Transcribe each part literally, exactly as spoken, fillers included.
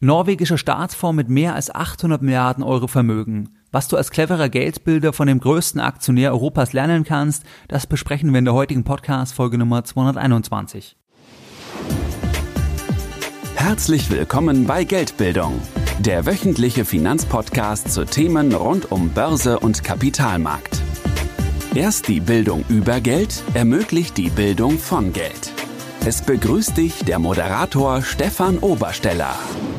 Norwegischer Staatsfonds mit mehr als achthundert Milliarden Euro Vermögen. Was du als cleverer Geldbilder von dem größten Aktionär Europas lernen kannst, das besprechen wir in der heutigen Podcast-Folge Nummer zweihunderteinundzwanzig. Herzlich willkommen bei Geldbildung, der wöchentliche Finanzpodcast zu Themen rund um Börse und Kapitalmarkt. Erst die Bildung über Geld ermöglicht die Bildung von Geld. Es begrüßt dich der Moderator Stefan Obersteller.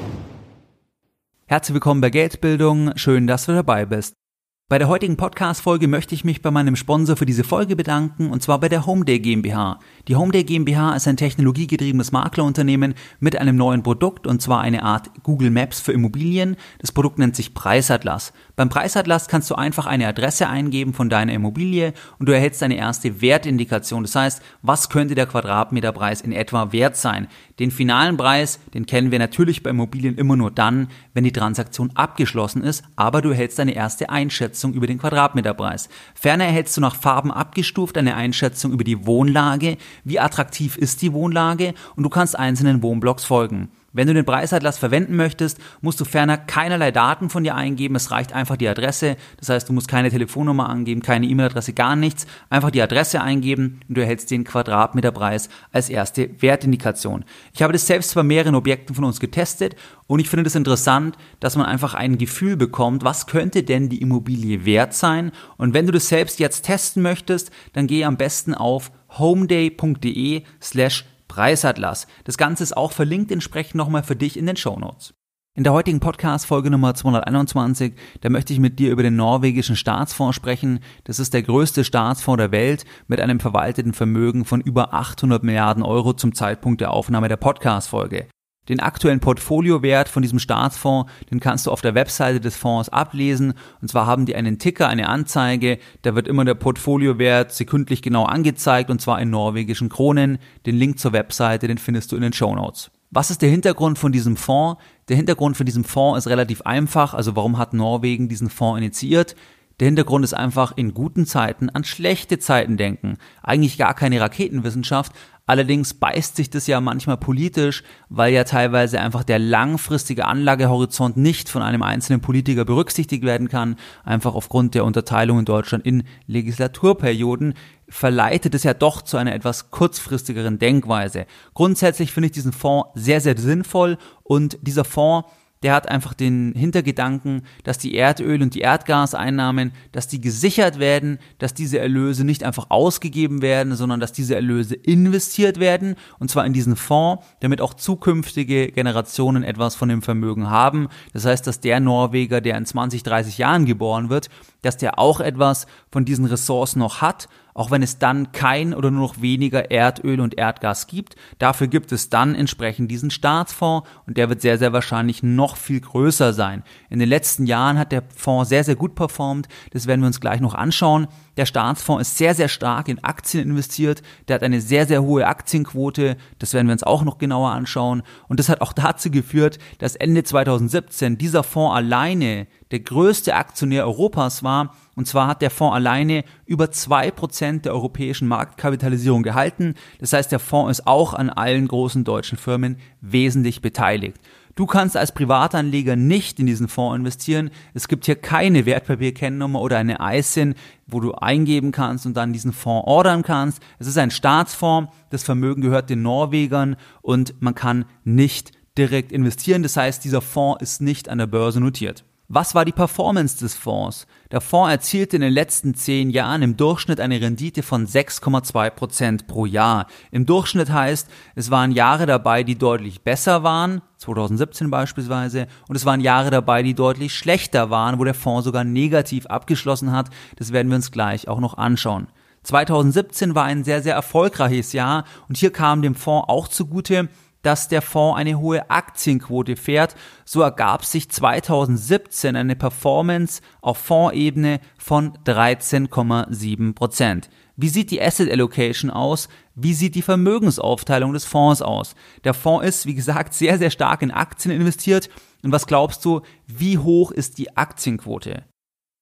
Herzlich willkommen bei Geldbildung, schön, dass du dabei bist. Bei der heutigen Podcast-Folge möchte ich mich bei meinem Sponsor für diese Folge bedanken, und zwar bei der Homeday GmbH. Die Homeday GmbH ist ein technologiegetriebenes Maklerunternehmen mit einem neuen Produkt, und zwar eine Art Google Maps für Immobilien. Das Produkt nennt sich Preisatlas. Beim Preisatlas kannst du einfach eine Adresse eingeben von deiner Immobilie und du erhältst eine erste Wertindikation. Das heißt, was könnte der Quadratmeterpreis in etwa wert sein? Den finalen Preis, den kennen wir natürlich bei Immobilien immer nur dann, wenn die Transaktion abgeschlossen ist, aber du erhältst eine erste Einschätzung über den Quadratmeterpreis. Ferner erhältst du nach Farben abgestuft eine Einschätzung über die Wohnlage, wie attraktiv ist die Wohnlage, und du kannst einzelnen Wohnblocks folgen. Wenn du den Preisatlas verwenden möchtest, musst du ferner keinerlei Daten von dir eingeben, es reicht einfach die Adresse, das heißt, du musst keine Telefonnummer angeben, keine E-Mail-Adresse, gar nichts, einfach die Adresse eingeben und du erhältst den Quadratmeterpreis als erste Wertindikation. Ich habe das selbst bei mehreren Objekten von uns getestet und ich finde das interessant, dass man einfach ein Gefühl bekommt, was könnte denn die Immobilie wert sein, und wenn du das selbst jetzt testen möchtest, dann geh am besten auf homeday.de slash Preisatlas. Das Ganze ist auch verlinkt entsprechend nochmal für dich in den Shownotes. In der heutigen Podcast-Folge Nummer zweihunderteinundzwanzig, da möchte ich mit dir über den norwegischen Staatsfonds sprechen. Das ist der größte Staatsfonds der Welt mit einem verwalteten Vermögen von über achthundert Milliarden Euro zum Zeitpunkt der Aufnahme der Podcast-Folge. Den aktuellen Portfoliowert von diesem Staatsfonds, den kannst du auf der Webseite des Fonds ablesen. Und zwar haben die einen Ticker, eine Anzeige, da wird immer der Portfoliowert sekündlich genau angezeigt, und zwar in norwegischen Kronen. Den Link zur Webseite, den findest du in den Shownotes. Was ist der Hintergrund von diesem Fonds? Der Hintergrund von diesem Fonds ist relativ einfach. Also warum hat Norwegen diesen Fonds initiiert? Der Hintergrund ist einfach, in guten Zeiten an schlechte Zeiten denken. Eigentlich gar keine Raketenwissenschaft. Allerdings beißt sich das ja manchmal politisch, weil ja teilweise einfach der langfristige Anlagehorizont nicht von einem einzelnen Politiker berücksichtigt werden kann. Einfach aufgrund der Unterteilung in Deutschland in Legislaturperioden verleitet es ja doch zu einer etwas kurzfristigeren Denkweise. Grundsätzlich finde ich diesen Fonds sehr, sehr sinnvoll, und dieser Fonds, der hat einfach den Hintergedanken, dass die Erdöl- und die Erdgaseinnahmen, dass die gesichert werden, dass diese Erlöse nicht einfach ausgegeben werden, sondern dass diese Erlöse investiert werden, und zwar in diesen Fonds, damit auch zukünftige Generationen etwas von dem Vermögen haben. Das heißt, dass der Norweger, der in zwanzig, dreißig Jahren geboren wird, dass der auch etwas von diesen Ressourcen noch hat, auch wenn es dann kein oder nur noch weniger Erdöl und Erdgas gibt. Dafür gibt es dann entsprechend diesen Staatsfonds, und der wird sehr, sehr wahrscheinlich noch viel größer sein. In den letzten Jahren hat der Fonds sehr, sehr gut performt. Das werden wir uns gleich noch anschauen. Der Staatsfonds ist sehr, sehr stark in Aktien investiert. Der hat eine sehr, sehr hohe Aktienquote. Das werden wir uns auch noch genauer anschauen. Und das hat auch dazu geführt, dass Ende zweitausendsiebzehn dieser Fonds alleine der größte Aktionär Europas war. Und zwar hat der Fonds alleine über zwei Prozent der europäischen Marktkapitalisierung gehalten. Das heißt, der Fonds ist auch an allen großen deutschen Firmen wesentlich beteiligt. Du kannst als Privatanleger nicht in diesen Fonds investieren. Es gibt hier keine Wertpapierkennnummer oder eine I S I N, wo du eingeben kannst und dann diesen Fonds ordern kannst. Es ist ein Staatsfonds, das Vermögen gehört den Norwegern und man kann nicht direkt investieren. Das heißt, dieser Fonds ist nicht an der Börse notiert. Was war die Performance des Fonds? Der Fonds erzielte in den letzten zehn Jahren im Durchschnitt eine Rendite von sechs Komma zwei Prozent pro Jahr. Im Durchschnitt heißt, es waren Jahre dabei, die deutlich besser waren, zweitausendsiebzehn beispielsweise, und es waren Jahre dabei, die deutlich schlechter waren, wo der Fonds sogar negativ abgeschlossen hat. Das werden wir uns gleich auch noch anschauen. zweitausendsiebzehn war ein sehr, sehr erfolgreiches Jahr, und hier kam dem Fonds auch zugute, dass der Fonds eine hohe Aktienquote fährt. So ergab sich zweitausendsiebzehn eine Performance auf Fondsebene von dreizehn Komma sieben Prozent. Wie sieht die Asset Allocation aus? Wie sieht die Vermögensaufteilung des Fonds aus? Der Fonds ist, wie gesagt, sehr, sehr stark in Aktien investiert. Und was glaubst du, wie hoch ist die Aktienquote?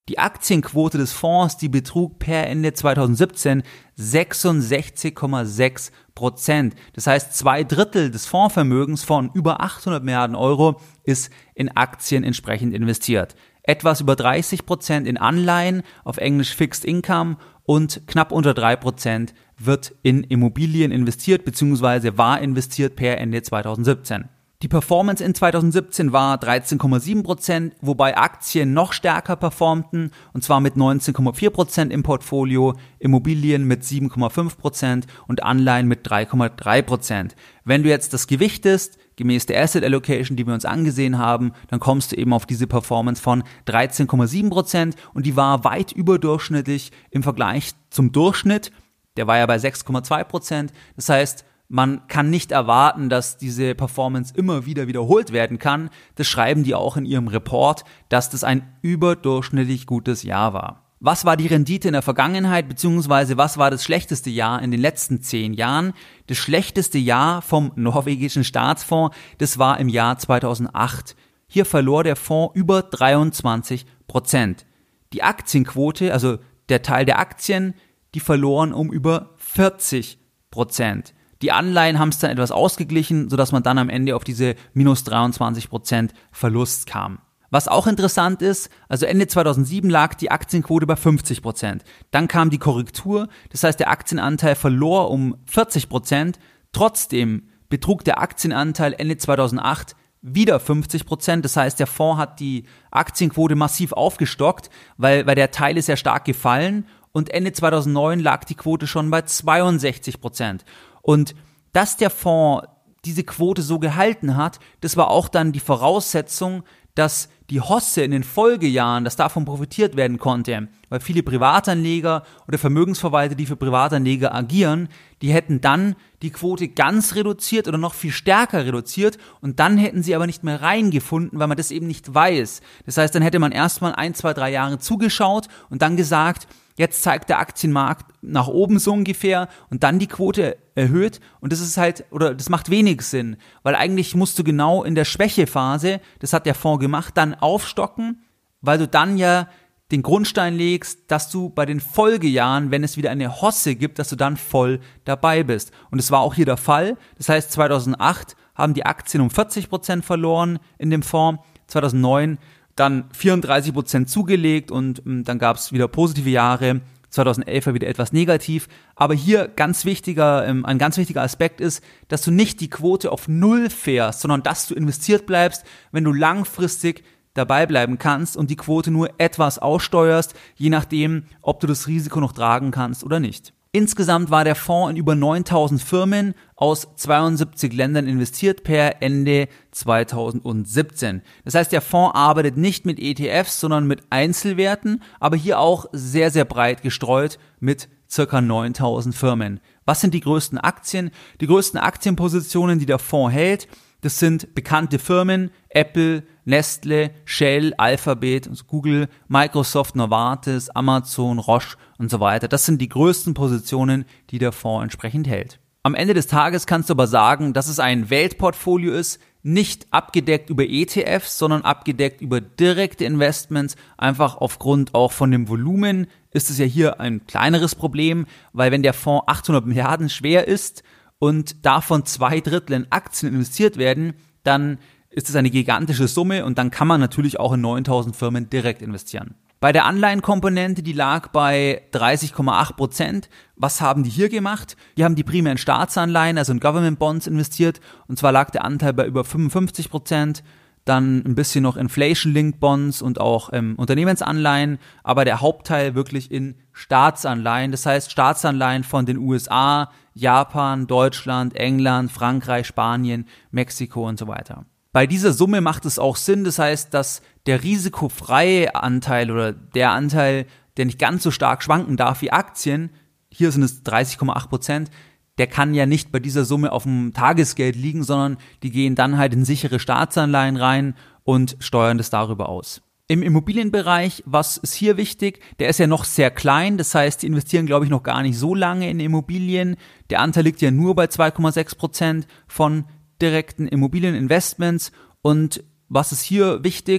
Die Aktienquote des Fonds, die betrug per Ende zweitausendsiebzehn sechsundsechzig Komma sechs Prozent. Das heißt, zwei Drittel des Fondsvermögens von über achthundert Milliarden Euro ist in Aktien entsprechend investiert. Etwas über dreißig Prozent in Anleihen, auf Englisch Fixed Income, und knapp unter drei Prozent wird in Immobilien investiert bzw. war investiert per Ende zweitausendsiebzehn. Die Performance in zweitausendsiebzehn war dreizehn Komma sieben Prozent, wobei Aktien noch stärker performten, und zwar mit neunzehn Komma vier Prozent im Portfolio, Immobilien mit sieben Komma fünf Prozent und Anleihen mit drei Komma drei Prozent. Wenn du jetzt das gewichtest, gemäß der Asset Allocation, die wir uns angesehen haben, dann kommst du eben auf diese Performance von dreizehn Komma sieben Prozent, und die war weit überdurchschnittlich im Vergleich zum Durchschnitt. Der war ja bei sechs Komma zwei Prozent. Das heißt, man kann nicht erwarten, dass diese Performance immer wieder wiederholt werden kann. Das schreiben die auch in ihrem Report, dass das ein überdurchschnittlich gutes Jahr war. Was war die Rendite in der Vergangenheit, beziehungsweise was war das schlechteste Jahr in den letzten zehn Jahren? Das schlechteste Jahr vom norwegischen Staatsfonds, das war im Jahr zweitausendacht. Hier verlor der Fonds über dreiundzwanzig Prozent. Die Aktienquote, also der Teil der Aktien, die verloren um über vierzig Prozent. Die Anleihen haben es dann etwas ausgeglichen, sodass man dann am Ende auf diese minus dreiundzwanzig Prozent Verlust kam. Was auch interessant ist, also Ende zweitausendsieben lag die Aktienquote bei fünfzig Prozent. Dann kam die Korrektur, das heißt der Aktienanteil verlor um vierzig Prozent. Trotzdem betrug der Aktienanteil Ende zweitausendacht wieder fünfzig Prozent. Das heißt, der Fonds hat die Aktienquote massiv aufgestockt, weil, weil der Teil ist ja stark gefallen, und Ende zweitausendneun lag die Quote schon bei zweiundsechzig Prozent. Und dass der Fonds diese Quote so gehalten hat, das war auch dann die Voraussetzung, dass die Hosse in den Folgejahren, dass davon profitiert werden konnte, weil viele Privatanleger oder Vermögensverwalter, die für Privatanleger agieren, die hätten dann die Quote ganz reduziert oder noch viel stärker reduziert, und dann hätten sie aber nicht mehr reingefunden, weil man das eben nicht weiß. Das heißt, dann hätte man erstmal ein, zwei, drei Jahre zugeschaut und dann gesagt, jetzt zeigt der Aktienmarkt nach oben so ungefähr, und dann die Quote erhöht, und das ist halt, oder das macht wenig Sinn, weil eigentlich musst du genau in der Schwächephase, das hat der Fonds gemacht, dann aufstocken, weil du dann ja den Grundstein legst, dass du bei den Folgejahren, wenn es wieder eine Hosse gibt, dass du dann voll dabei bist. Und das war auch hier der Fall. Das heißt, zweitausendacht haben die Aktien um vierzig Prozent verloren in dem Fonds, zweitausendneun dann vierunddreißig Prozent zugelegt, und ähm, dann gab es wieder positive Jahre, zweitausendelf war wieder etwas negativ. Aber hier ganz wichtiger, ähm, ein ganz wichtiger Aspekt ist, dass du nicht die Quote auf Null fährst, sondern dass du investiert bleibst, wenn du langfristig dabei bleiben kannst und die Quote nur etwas aussteuerst, je nachdem, ob du das Risiko noch tragen kannst oder nicht. Insgesamt war der Fonds in über neuntausend Firmen aus zweiundsiebzig Ländern investiert per Ende zweitausendsiebzehn. Das heißt, der Fonds arbeitet nicht mit E T Fs, sondern mit Einzelwerten, aber hier auch sehr, sehr breit gestreut mit circa neuntausend Firmen. Was sind die größten Aktien? Die größten Aktienpositionen, die der Fonds hält, das sind bekannte Firmen, Apple, Nestle, Shell, Alphabet, also Google, Microsoft, Novartis, Amazon, Roche und so weiter. Das sind die größten Positionen, die der Fonds entsprechend hält. Am Ende des Tages kannst du aber sagen, dass es ein Weltportfolio ist, nicht abgedeckt über E T Fs, sondern abgedeckt über direkte Investments. Einfach aufgrund auch von dem Volumen ist es ja hier ein kleineres Problem, weil wenn der Fonds achthundert Milliarden schwer ist und davon zwei Drittel in Aktien investiert werden, dann ist es eine gigantische Summe, und dann kann man natürlich auch in neuntausend Firmen direkt investieren. Bei der Anleihenkomponente, die lag bei dreißig Komma acht Prozent. Was haben die hier gemacht? Die haben die primär in Staatsanleihen, also in Government Bonds investiert, und zwar lag der Anteil bei über fünfundfünfzig Prozent. Dann ein bisschen noch Inflation-Linked Bonds und auch ähm, Unternehmensanleihen, aber der Hauptteil wirklich in Staatsanleihen. Das heißt Staatsanleihen von den U S A, Japan, Deutschland, England, Frankreich, Spanien, Mexiko und so weiter. Bei dieser Summe macht es auch Sinn, das heißt, dass der risikofreie Anteil oder der Anteil, der nicht ganz so stark schwanken darf wie Aktien, hier sind es dreißig Komma acht Prozent, der kann ja nicht bei dieser Summe auf dem Tagesgeld liegen, sondern die gehen dann halt in sichere Staatsanleihen rein und steuern das darüber aus. Im Immobilienbereich, was ist hier wichtig? Der ist ja noch sehr klein, das heißt, die investieren, glaube ich, noch gar nicht so lange in Immobilien. Der Anteil liegt ja nur bei zwei Komma sechs Prozent von direkten Immobilieninvestments. Und was ist hier wichtig?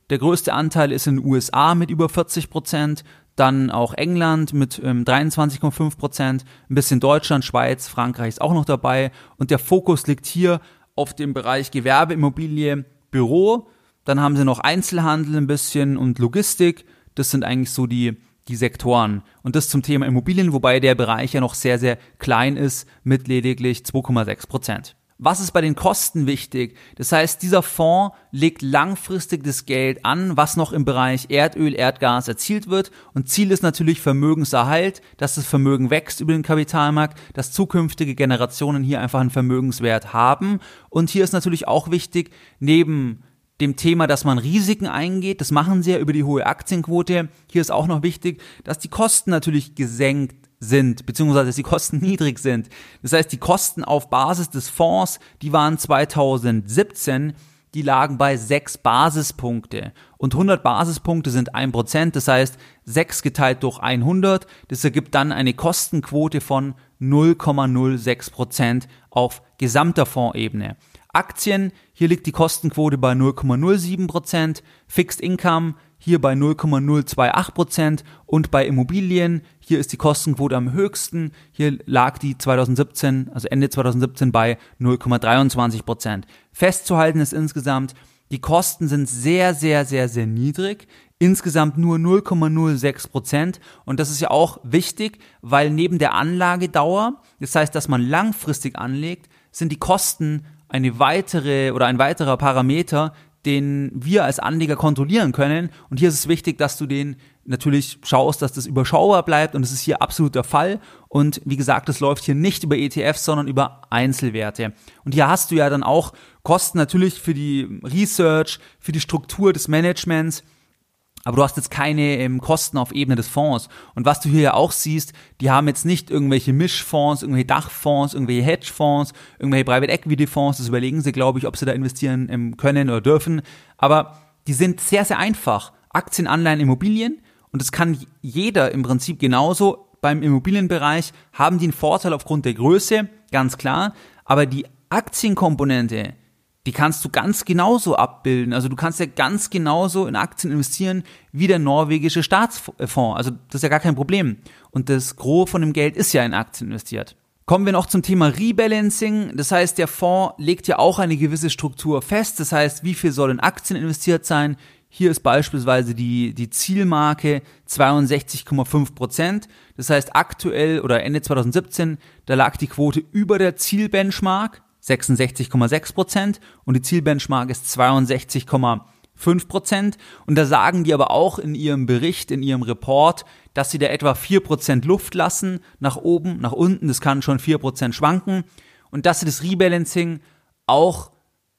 Der größte Anteil ist in den U S A mit über vierzig Prozent, dann auch England mit ähm, dreiundzwanzig Komma fünf Prozent, ein bisschen Deutschland, Schweiz, Frankreich ist auch noch dabei. Und der Fokus liegt hier auf dem Bereich Gewerbeimmobilie, Büro. Dann haben sie noch Einzelhandel ein bisschen und Logistik. Das sind eigentlich so die, die Sektoren. Und das zum Thema Immobilien, wobei der Bereich ja noch sehr, sehr klein ist mit lediglich zwei Komma sechs Prozent. Was ist bei den Kosten wichtig? Das heißt, dieser Fonds legt langfristig das Geld an, was noch im Bereich Erdöl, Erdgas erzielt wird. Und Ziel ist natürlich Vermögenserhalt, dass das Vermögen wächst über den Kapitalmarkt, dass zukünftige Generationen hier einfach einen Vermögenswert haben. Und hier ist natürlich auch wichtig, neben dem Thema, dass man Risiken eingeht, das machen sie ja über die hohe Aktienquote. Hier ist auch noch wichtig, dass die Kosten natürlich gesenkt sind, beziehungsweise dass die Kosten niedrig sind. Das heißt, die Kosten auf Basis des Fonds, die waren zweitausendsiebzehn, die lagen bei sechs Basispunkte. Und hundert Basispunkte sind ein Prozent, das heißt sechs geteilt durch hundert, das ergibt dann eine Kostenquote von null Komma null sechs Prozent auf gesamter Fondsebene. Aktien, hier liegt die Kostenquote bei null Komma null sieben Prozent, Fixed Income hier bei null Komma null zwei acht Prozent und bei Immobilien, hier ist die Kostenquote am höchsten, hier lag die zweitausendsiebzehn, also Ende zweitausendsiebzehn bei null Komma dreiundzwanzig Prozent. Festzuhalten ist insgesamt, die Kosten sind sehr, sehr, sehr, sehr niedrig, insgesamt nur null Komma null sechs Prozent und das ist ja auch wichtig, weil neben der Anlagedauer, das heißt, dass man langfristig anlegt, sind die Kosten eine weitere oder ein weiterer Parameter, den wir als Anleger kontrollieren können. Und hier ist es wichtig, dass du den natürlich schaust, dass das überschaubar bleibt und das ist hier absolut der Fall. Und wie gesagt, das läuft hier nicht über E T Fs, sondern über Einzelwerte. Und hier hast du ja dann auch Kosten natürlich für die Research, für die Struktur des Managements, aber du hast jetzt keine ähm, Kosten auf Ebene des Fonds. Und was du hier ja auch siehst, die haben jetzt nicht irgendwelche Mischfonds, irgendwelche Dachfonds, irgendwelche Hedgefonds, irgendwelche Private Equity Fonds. Das überlegen sie, glaube ich, ob sie da investieren ähm, können oder dürfen. Aber die sind sehr, sehr einfach. Aktien, Anleihen, Immobilien. Und das kann jeder im Prinzip genauso. Beim Immobilienbereich haben die einen Vorteil aufgrund der Größe, ganz klar. Aber die Aktienkomponente, die kannst du ganz genauso abbilden. Also du kannst ja ganz genauso in Aktien investieren wie der norwegische Staatsfonds. Also das ist ja gar kein Problem. Und das Gros von dem Geld ist ja in Aktien investiert. Kommen wir noch zum Thema Rebalancing. Das heißt, der Fonds legt ja auch eine gewisse Struktur fest. Das heißt, wie viel soll in Aktien investiert sein? Hier ist beispielsweise die, die Zielmarke zweiundsechzig Komma fünf Prozent. Das heißt, aktuell oder Ende zweitausendsiebzehn, da lag die Quote über der Zielbenchmark, sechsundsechzig Komma sechs Prozent, und die Zielbenchmark ist zweiundsechzig Komma fünf Prozent. Und da sagen die aber auch in ihrem Bericht, in ihrem Report, dass sie da etwa vier Prozent Luft lassen, nach oben, nach unten, das kann schon vier Prozent schwanken. Und dass sie das Rebalancing auch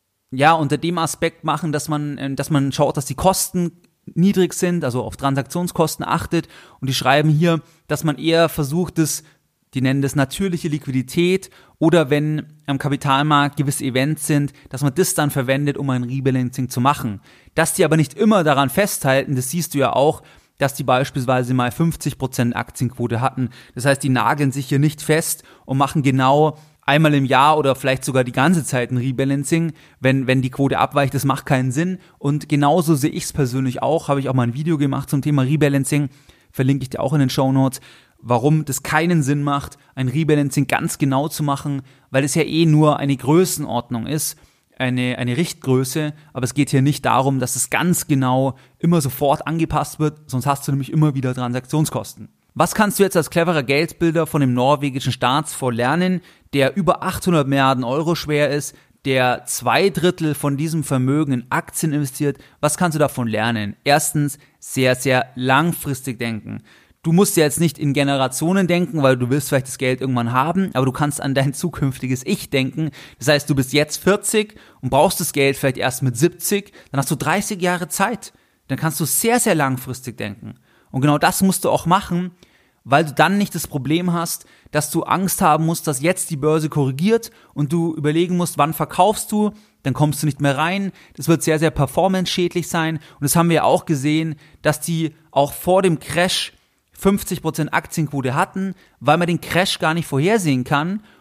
ja unter dem Aspekt machen, dass man, dass man schaut, dass die Kosten niedrig sind, also auf Transaktionskosten achtet. Und die schreiben hier, dass man eher versucht, das die nennen das natürliche Liquidität oder wenn am Kapitalmarkt gewisse Events sind, dass man das dann verwendet, um ein Rebalancing zu machen. Dass die aber nicht immer daran festhalten, das siehst du ja auch, dass die beispielsweise mal fünfzig Prozent Aktienquote hatten. Das heißt, die nageln sich hier nicht fest und machen genau einmal im Jahr oder vielleicht sogar die ganze Zeit ein Rebalancing, wenn, wenn die Quote abweicht, das macht keinen Sinn. Und genauso sehe ich es persönlich auch, habe ich auch mal ein Video gemacht zum Thema Rebalancing, verlinke ich dir auch in den Shownotes, warum das keinen Sinn macht, ein Rebalancing ganz genau zu machen, weil es ja eh nur eine Größenordnung ist, eine, eine Richtgröße, aber es geht hier nicht darum, dass es ganz genau immer sofort angepasst wird, sonst hast du nämlich immer wieder Transaktionskosten. Was kannst du jetzt als cleverer Geldbilder von dem norwegischen Staatsfonds lernen, der über achthundert Milliarden Euro schwer ist, der zwei Drittel von diesem Vermögen in Aktien investiert? Was kannst du davon lernen? Erstens, sehr, sehr langfristig denken. Du musst ja jetzt nicht in Generationen denken, weil du willst vielleicht das Geld irgendwann haben, aber du kannst an dein zukünftiges Ich denken. Das heißt, du bist jetzt vierzig und brauchst das Geld vielleicht erst mit siebzig, dann hast du dreißig Jahre Zeit. Dann kannst du sehr, sehr langfristig denken. Und genau das musst du auch machen, weil du dann nicht das Problem hast, dass du Angst haben musst, dass jetzt die Börse korrigiert und du überlegen musst, wann verkaufst du, dann kommst du nicht mehr rein. Das wird sehr, sehr performance-schädlich sein. Und das haben wir ja auch gesehen, dass die auch vor dem Crash fünfzig Prozent Aktienquote hatten, weil man den Crash gar nicht vorhersehen kann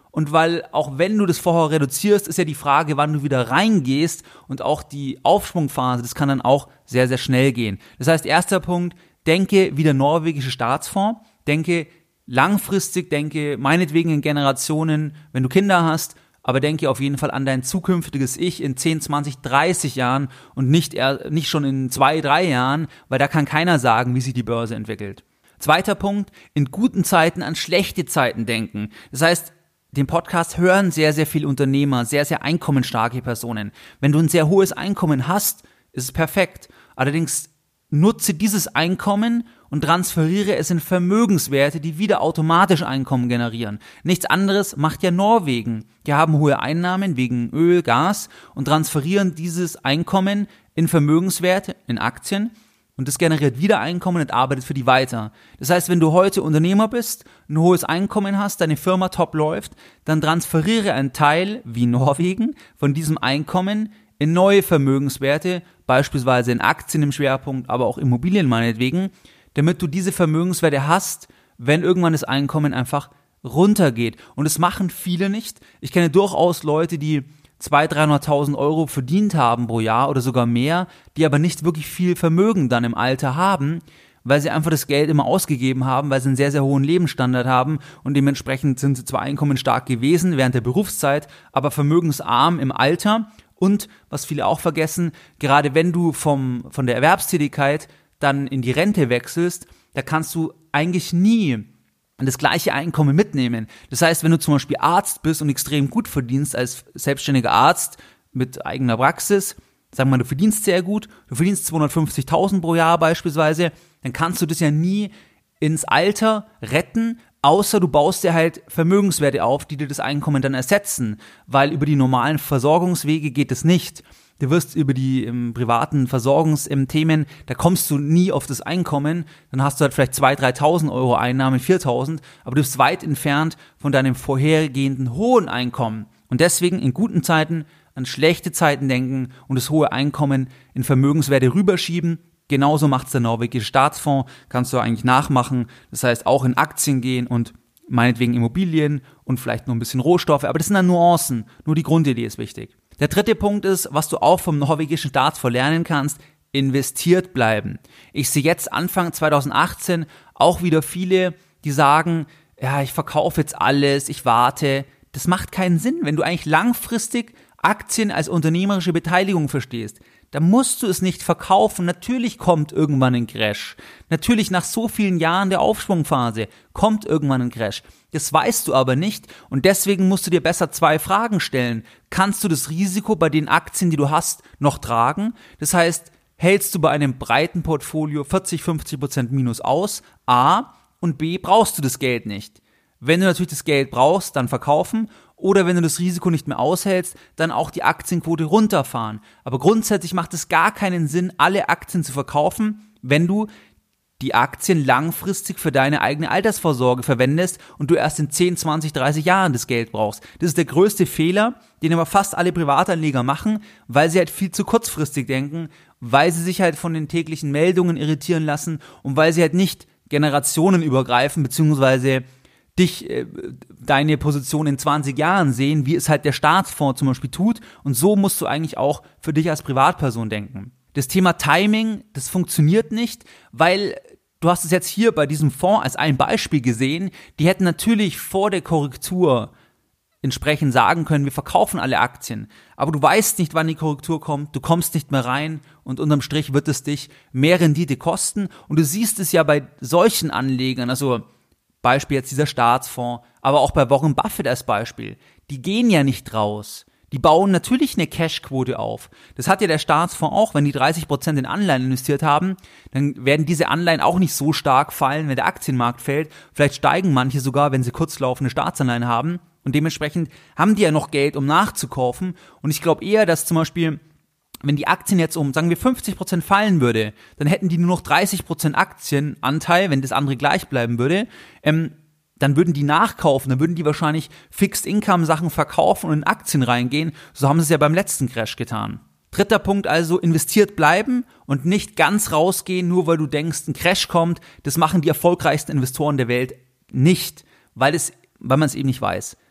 und weil auch wenn du das vorher reduzierst, ist ja die Frage, wann du wieder reingehst und auch die Aufschwungphase, das kann dann auch sehr, sehr schnell gehen. Das heißt, erster Punkt, denke wie der norwegische Staatsfonds, denke langfristig, denke meinetwegen in Generationen, wenn du Kinder hast, aber denke auf jeden Fall an dein zukünftiges Ich in zehn, zwanzig, dreißig Jahren und nicht, eher, nicht schon in zwei, drei Jahren, weil da kann keiner sagen, wie sich die Börse entwickelt. Zweiter Punkt, in guten Zeiten an schlechte Zeiten denken. Das heißt, den Podcast hören sehr, sehr viele Unternehmer, sehr, sehr einkommensstarke Personen. Wenn du ein sehr hohes Einkommen hast, ist es perfekt. Allerdings nutze dieses Einkommen und transferiere es in Vermögenswerte, die wieder automatisch Einkommen generieren. Nichts anderes macht ja Norwegen. Die haben hohe Einnahmen wegen Öl, Gas und transferieren dieses Einkommen in Vermögenswerte, in Aktien. Und das generiert wieder Einkommen und arbeitet für die weiter. Das heißt, wenn du heute Unternehmer bist, ein hohes Einkommen hast, deine Firma top läuft, dann transferiere einen Teil, wie Norwegen, von diesem Einkommen in neue Vermögenswerte, beispielsweise in Aktien im Schwerpunkt, aber auch Immobilien meinetwegen, damit du diese Vermögenswerte hast, wenn irgendwann das Einkommen einfach runtergeht. Und das machen viele nicht. Ich kenne durchaus Leute, die zweihunderttausend, dreihunderttausend Euro verdient haben pro Jahr oder sogar mehr, die aber nicht wirklich viel Vermögen dann im Alter haben, weil sie einfach das Geld immer ausgegeben haben, weil sie einen sehr, sehr hohen Lebensstandard haben und dementsprechend sind sie zwar einkommensstark gewesen während der Berufszeit, aber vermögensarm im Alter und, was viele auch vergessen, gerade wenn du vom, von der Erwerbstätigkeit dann in die Rente wechselst, da kannst du eigentlich nie das gleiche Einkommen mitnehmen. Das heißt, wenn du zum Beispiel Arzt bist und extrem gut verdienst als selbstständiger Arzt mit eigener Praxis, sagen wir mal, du verdienst sehr gut, du verdienst zweihundertfünfzigtausend pro Jahr beispielsweise, dann kannst du das ja nie ins Alter retten, außer du baust dir halt Vermögenswerte auf, die dir das Einkommen dann ersetzen, weil über die normalen Versorgungswege geht es nicht. Du wirst über die ähm, privaten Versorgungsthemen, da kommst du nie auf das Einkommen, dann hast du halt vielleicht zweitausend, dreitausend Euro Einnahmen, viertausend, aber du bist weit entfernt von deinem vorhergehenden hohen Einkommen. Und deswegen in guten Zeiten an schlechte Zeiten denken und das hohe Einkommen in Vermögenswerte rüberschieben. Genauso macht's der norwegische Staatsfonds, kannst du eigentlich nachmachen. Das heißt auch in Aktien gehen und meinetwegen Immobilien und vielleicht noch ein bisschen Rohstoffe, aber das sind dann Nuancen, nur die Grundidee ist wichtig. Der dritte Punkt ist, was du auch vom norwegischen Staatsfonds lernen kannst, investiert bleiben. Ich sehe jetzt Anfang zweitausendachtzehn auch wieder viele, die sagen, ja, ich verkaufe jetzt alles, ich warte. Das macht keinen Sinn, wenn du eigentlich langfristig Aktien als unternehmerische Beteiligung verstehst. Da musst du es nicht verkaufen. Natürlich kommt irgendwann ein Crash. Natürlich nach so vielen Jahren der Aufschwungphase kommt irgendwann ein Crash. Das weißt du aber nicht und deswegen musst du dir besser zwei Fragen stellen. Kannst du das Risiko bei den Aktien, die du hast, noch tragen? Das heißt, hältst du bei einem breiten Portfolio vierzig, fünfzig Prozent Minus aus? A. Und B. Brauchst du das Geld nicht? Wenn du natürlich das Geld brauchst, dann verkaufen. Oder wenn du das Risiko nicht mehr aushältst, dann auch die Aktienquote runterfahren. Aber grundsätzlich macht es gar keinen Sinn, alle Aktien zu verkaufen, wenn du die Aktien langfristig für deine eigene Altersvorsorge verwendest und du erst in zehn, zwanzig, dreißig Jahren das Geld brauchst. Das ist der größte Fehler, den aber fast alle Privatanleger machen, weil sie halt viel zu kurzfristig denken, weil sie sich halt von den täglichen Meldungen irritieren lassen und weil sie halt nicht Generationen übergreifen, beziehungsweise dich, äh, deine Position in zwanzig Jahren sehen, wie es halt der Staatsfonds zum Beispiel tut. Und so musst du eigentlich auch für dich als Privatperson denken. Das Thema Timing, das funktioniert nicht, weil du hast es jetzt hier bei diesem Fonds als ein Beispiel gesehen, die hätten natürlich vor der Korrektur entsprechend sagen können, wir verkaufen alle Aktien, aber du weißt nicht, wann die Korrektur kommt, du kommst nicht mehr rein und unterm Strich wird es dich mehr Rendite kosten und du siehst es ja bei solchen Anlegern, also Beispiel jetzt dieser Staatsfonds, aber auch bei Warren Buffett als Beispiel, die gehen ja nicht raus. Die bauen natürlich eine Cashquote auf. Das hat ja der Staatsfonds auch, wenn die dreißig Prozent in Anleihen investiert haben, dann werden diese Anleihen auch nicht so stark fallen, wenn der Aktienmarkt fällt. Vielleicht steigen manche sogar, wenn sie kurzlaufende Staatsanleihen haben. Und dementsprechend haben die ja noch Geld, um nachzukaufen. Und ich glaube eher, dass zum Beispiel, wenn die Aktien jetzt um, sagen wir, fünfzig Prozent fallen würde, dann hätten die nur noch dreißig Prozent Aktienanteil, wenn das andere gleich bleiben würde, ähm, dann würden die nachkaufen, dann würden die wahrscheinlich Fixed-Income-Sachen verkaufen und in Aktien reingehen. So haben sie es ja beim letzten Crash getan. Dritter Punkt also, investiert bleiben und nicht ganz rausgehen, nur weil du denkst, ein Crash kommt. Das machen die erfolgreichsten Investoren der Welt nicht, weil es, weil man es eben nicht weiß.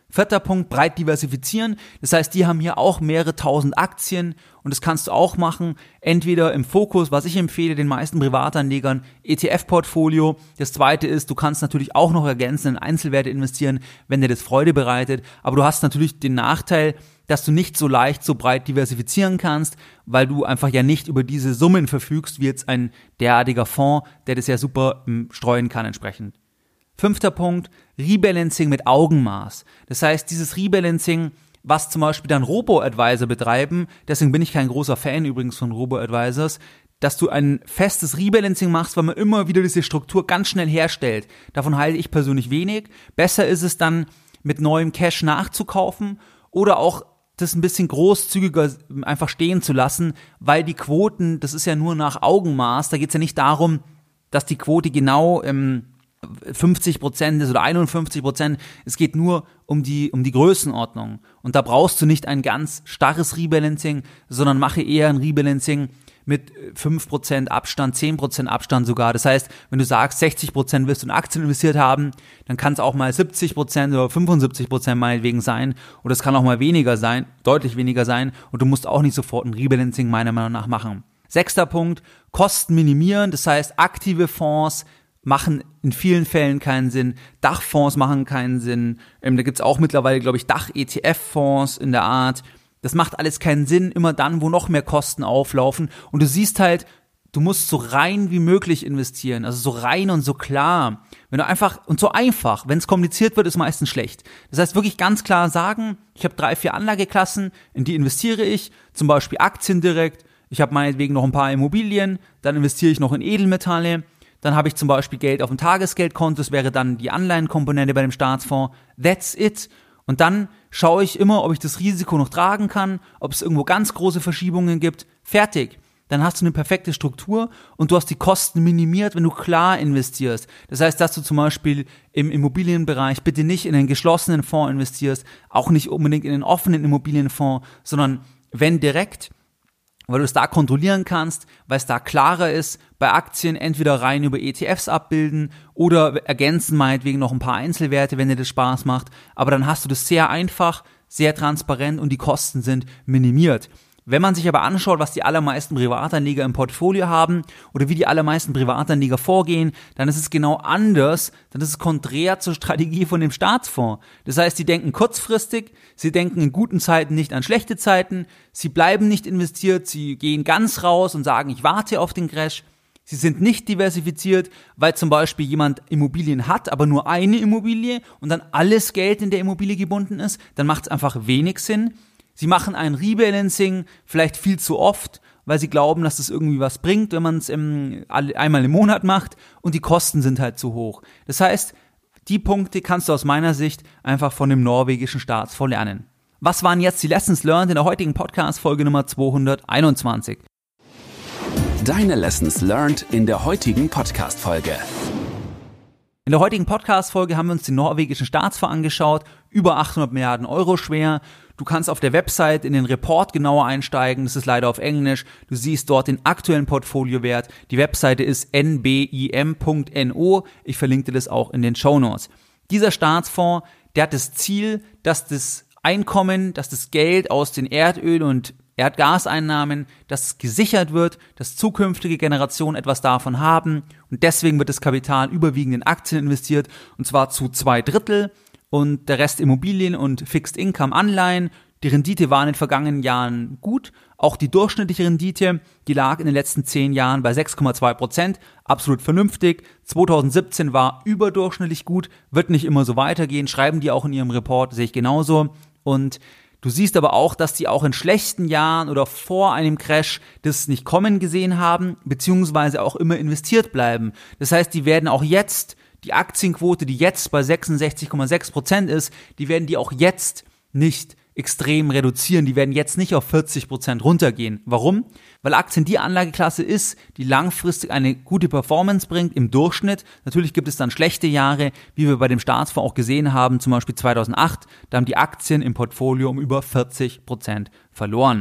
Vierter Punkt, breit diversifizieren. Das heißt, die haben hier auch mehrere tausend Aktien und das kannst du auch machen. Entweder im Fokus, was ich empfehle, den meisten Privatanlegern, E T F-Portfolio. Das zweite ist, du kannst natürlich auch noch ergänzen in Einzelwerte investieren, wenn dir das Freude bereitet. Aber du hast natürlich den Nachteil, dass du nicht so leicht so breit diversifizieren kannst, weil du einfach ja nicht über diese Summen verfügst, wie jetzt ein derartiger Fonds, der das ja super m, streuen kann entsprechend. Fünfter Punkt, Rebalancing mit Augenmaß. Das heißt, dieses Rebalancing, was zum Beispiel dann Robo-Advisor betreiben, deswegen bin ich kein großer Fan übrigens von Robo-Advisors, dass du ein festes Rebalancing machst, weil man immer wieder diese Struktur ganz schnell herstellt. Davon halte ich persönlich wenig. Besser ist es dann, mit neuem Cash nachzukaufen oder auch das ein bisschen großzügiger einfach stehen zu lassen, weil die Quoten, das ist ja nur nach Augenmaß, da geht es ja nicht darum, dass die Quote genau ähm, fünfzig Prozent ist oder einundfünfzig Prozent. Es geht nur um die, um die Größenordnung. Und da brauchst du nicht ein ganz starres Rebalancing, sondern mache eher ein Rebalancing mit fünf Prozent Abstand, zehn Prozent Abstand sogar. Das heißt, wenn du sagst, sechzig Prozent wirst du in Aktien investiert haben, dann kann es auch mal siebzig Prozent oder fünfundsiebzig Prozent meinetwegen sein. Oder es kann auch mal weniger sein, deutlich weniger sein. Und du musst auch nicht sofort ein Rebalancing meiner Meinung nach machen. Sechster Punkt, Kosten minimieren. Das heißt, aktive Fonds machen in vielen Fällen keinen Sinn. Dachfonds machen keinen Sinn. Ähm, da gibt's auch mittlerweile, glaube ich, Dach-E T F-Fonds in der Art. Das macht alles keinen Sinn, immer dann, wo noch mehr Kosten auflaufen. Und du siehst halt, du musst so rein wie möglich investieren. Also so rein und so klar. Wenn du einfach, und so einfach, wenn es kompliziert wird, ist meistens schlecht. Das heißt, wirklich ganz klar sagen, ich habe drei, vier Anlageklassen, in die investiere ich. Zum Beispiel Aktien direkt. Ich habe meinetwegen noch ein paar Immobilien. Dann investiere ich noch in Edelmetalle. Dann habe ich zum Beispiel Geld auf dem Tagesgeldkonto, das wäre dann die Anleihenkomponente bei dem Staatsfonds. That's it. Und dann schaue ich immer, ob ich das Risiko noch tragen kann, ob es irgendwo ganz große Verschiebungen gibt. Fertig. Dann hast du eine perfekte Struktur und du hast die Kosten minimiert, wenn du klar investierst. Das heißt, dass du zum Beispiel im Immobilienbereich bitte nicht in einen geschlossenen Fonds investierst, auch nicht unbedingt in einen offenen Immobilienfonds, sondern wenn direkt, weil du es da kontrollieren kannst, weil es da klarer ist, bei Aktien entweder rein über E T Fs abbilden oder ergänzen meinetwegen noch ein paar Einzelwerte, wenn dir das Spaß macht. Aber dann hast du das sehr einfach, sehr transparent und die Kosten sind minimiert. Wenn man sich aber anschaut, was die allermeisten Privatanleger im Portfolio haben oder wie die allermeisten Privatanleger vorgehen, dann ist es genau anders, dann ist es konträr zur Strategie von dem Staatsfonds. Das heißt, sie denken kurzfristig, sie denken in guten Zeiten nicht an schlechte Zeiten, sie bleiben nicht investiert, sie gehen ganz raus und sagen, ich warte auf den Crash. Sie sind nicht diversifiziert, weil zum Beispiel jemand Immobilien hat, aber nur eine Immobilie und dann alles Geld in der Immobilie gebunden ist, dann macht es einfach wenig Sinn. Sie machen ein Rebalancing vielleicht viel zu oft, weil sie glauben, dass das irgendwie was bringt, wenn man es einmal im Monat macht und die Kosten sind halt zu hoch. Das heißt, die Punkte kannst du aus meiner Sicht einfach von dem norwegischen Staatsfonds lernen. Was waren jetzt die Lessons learned in der heutigen Podcast-Folge Nummer zweihunderteinundzwanzig? Deine Lessons learned in der heutigen Podcast-Folge. In der heutigen Podcast-Folge haben wir uns den norwegischen Staatsfonds angeschaut, über achthundert Milliarden Euro schwer. Du kannst auf der Website in den Report genauer einsteigen, das ist leider auf Englisch. Du siehst dort den aktuellen Portfoliowert. Die Webseite ist n b i m punkt n o. Ich verlinke dir das auch in den Shownotes. Dieser Staatsfonds, der hat das Ziel, dass das Einkommen, dass das Geld aus den Erdöl- und Erdgaseinnahmen, dass es gesichert wird, dass zukünftige Generationen etwas davon haben und deswegen wird das Kapital überwiegend in Aktien investiert und zwar zu zwei Drittel und der Rest Immobilien und Fixed Income Anleihen. Die Rendite war in den vergangenen Jahren gut, auch die durchschnittliche Rendite, die lag in den letzten zehn Jahren bei sechs Komma zwei Prozent, absolut vernünftig. zweitausendsiebzehn war überdurchschnittlich gut, wird nicht immer so weitergehen, schreiben die auch in ihrem Report, sehe ich genauso und du siehst aber auch, dass die auch in schlechten Jahren oder vor einem Crash das nicht kommen gesehen haben, beziehungsweise auch immer investiert bleiben. Das heißt, die werden auch jetzt, die Aktienquote, die jetzt bei sechsundsechzig Komma sechs Prozent ist, die werden die auch jetzt nicht extrem reduzieren. Die werden jetzt nicht auf vierzig Prozent runtergehen. Warum? Weil Aktien die Anlageklasse ist, die langfristig eine gute Performance bringt im Durchschnitt. Natürlich gibt es dann schlechte Jahre, wie wir bei dem Staatsfonds auch gesehen haben, zum Beispiel zweitausendacht. Da haben die Aktien im Portfolio um über vierzig Prozent verloren.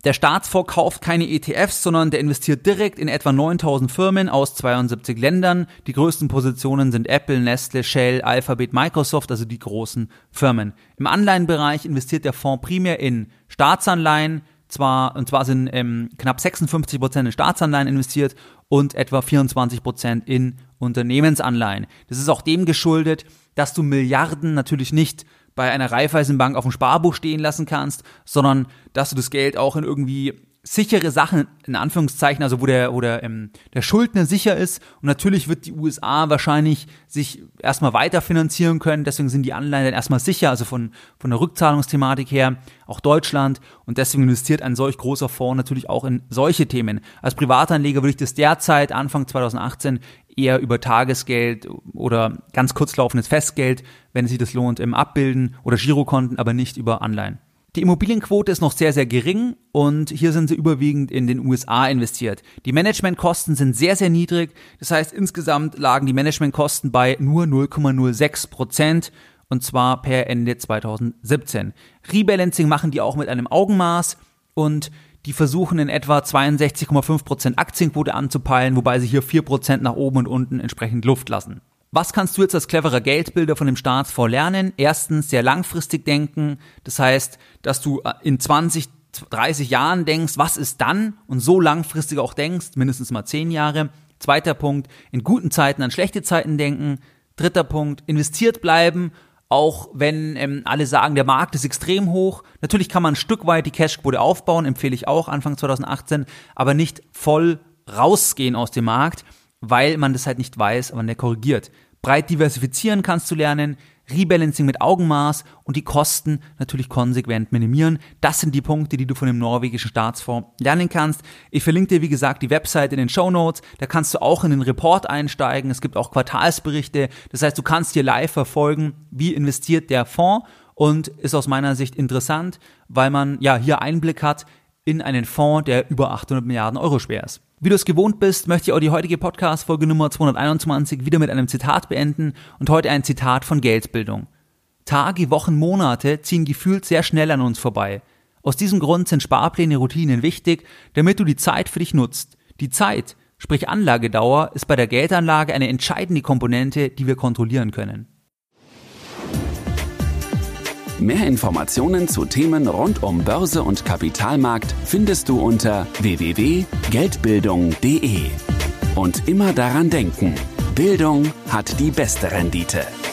Der Staatsfonds kauft keine E T Fs, sondern der investiert direkt in etwa neuntausend Firmen aus zweiundsiebzig Ländern. Die größten Positionen sind Apple, Nestle, Shell, Alphabet, Microsoft, also die großen Firmen. Im Anleihenbereich investiert der Fonds primär in Staatsanleihen, zwar, und zwar sind ähm, knapp sechsundfünfzig Prozent in Staatsanleihen investiert und etwa vierundzwanzig Prozent in Unternehmensanleihen. Das ist auch dem geschuldet, dass du Milliarden natürlich nicht bei einer Raiffeisenbank auf dem Sparbuch stehen lassen kannst, sondern dass du das Geld auch in irgendwie sichere Sachen, in Anführungszeichen, also wo der, wo der, ähm, der Schuldner sicher ist. Und natürlich wird die U S A wahrscheinlich sich erstmal weiter finanzieren können, deswegen sind die Anleihen dann erstmal sicher, also von, von der Rückzahlungsthematik her, auch Deutschland. Und deswegen investiert ein solch großer Fonds natürlich auch in solche Themen. Als Privatanleger würde ich das derzeit, Anfang zweitausendachtzehn, eher über Tagesgeld oder ganz kurzlaufendes Festgeld, wenn sich das lohnt, im Abbilden oder Girokonten, aber nicht über Anleihen. Die Immobilienquote ist noch sehr, sehr gering und hier sind sie überwiegend in den U S A investiert. Die Managementkosten sind sehr, sehr niedrig. Das heißt, insgesamt lagen die Managementkosten bei nur null Komma null sechs Prozent und zwar per Ende zweitausendsiebzehn. Rebalancing machen die auch mit einem Augenmaß und die versuchen in etwa zweiundsechzig Komma fünf Prozent Aktienquote anzupeilen, wobei sie hier vier Prozent nach oben und unten entsprechend Luft lassen. Was kannst du jetzt als cleverer Geldbilder von dem Staatsfonds lernen? Erstens, sehr langfristig denken. Das heißt, dass du in zwanzig, dreißig Jahren denkst, was ist dann? Und so langfristig auch denkst, mindestens mal zehn Jahre. Zweiter Punkt, in guten Zeiten an schlechte Zeiten denken. Dritter Punkt, investiert bleiben. Auch wenn ähm, alle sagen, der Markt ist extrem hoch. Natürlich kann man ein Stück weit die Cashquote aufbauen, empfehle ich auch Anfang zweitausendachtzehn, aber nicht voll rausgehen aus dem Markt, weil man das halt nicht weiß, wann der korrigiert. Breit diversifizieren kannst du lernen, Rebalancing mit Augenmaß und die Kosten natürlich konsequent minimieren. Das sind die Punkte, die du von dem norwegischen Staatsfonds lernen kannst. Ich verlinke dir, wie gesagt, die Website in den Shownotes. Da kannst du auch in den Report einsteigen. Es gibt auch Quartalsberichte. Das heißt, du kannst hier live verfolgen, wie investiert der Fonds und ist aus meiner Sicht interessant, weil man ja hier Einblick hat in einen Fonds, der über achthundert Milliarden Euro schwer ist. Wie du es gewohnt bist, möchte ich auch die heutige Podcast-Folge Nummer zweihunderteinundzwanzig wieder mit einem Zitat beenden und heute ein Zitat von Geldbildung. Tage, Wochen, Monate ziehen gefühlt sehr schnell an uns vorbei. Aus diesem Grund sind Sparpläne, Routinen wichtig, damit du die Zeit für dich nutzt. Die Zeit, sprich Anlagedauer, ist bei der Geldanlage eine entscheidende Komponente, die wir kontrollieren können. Mehr Informationen zu Themen rund um Börse und Kapitalmarkt findest du unter w w w punkt geldbildung punkt de. Und immer daran denken, Bildung hat die beste Rendite.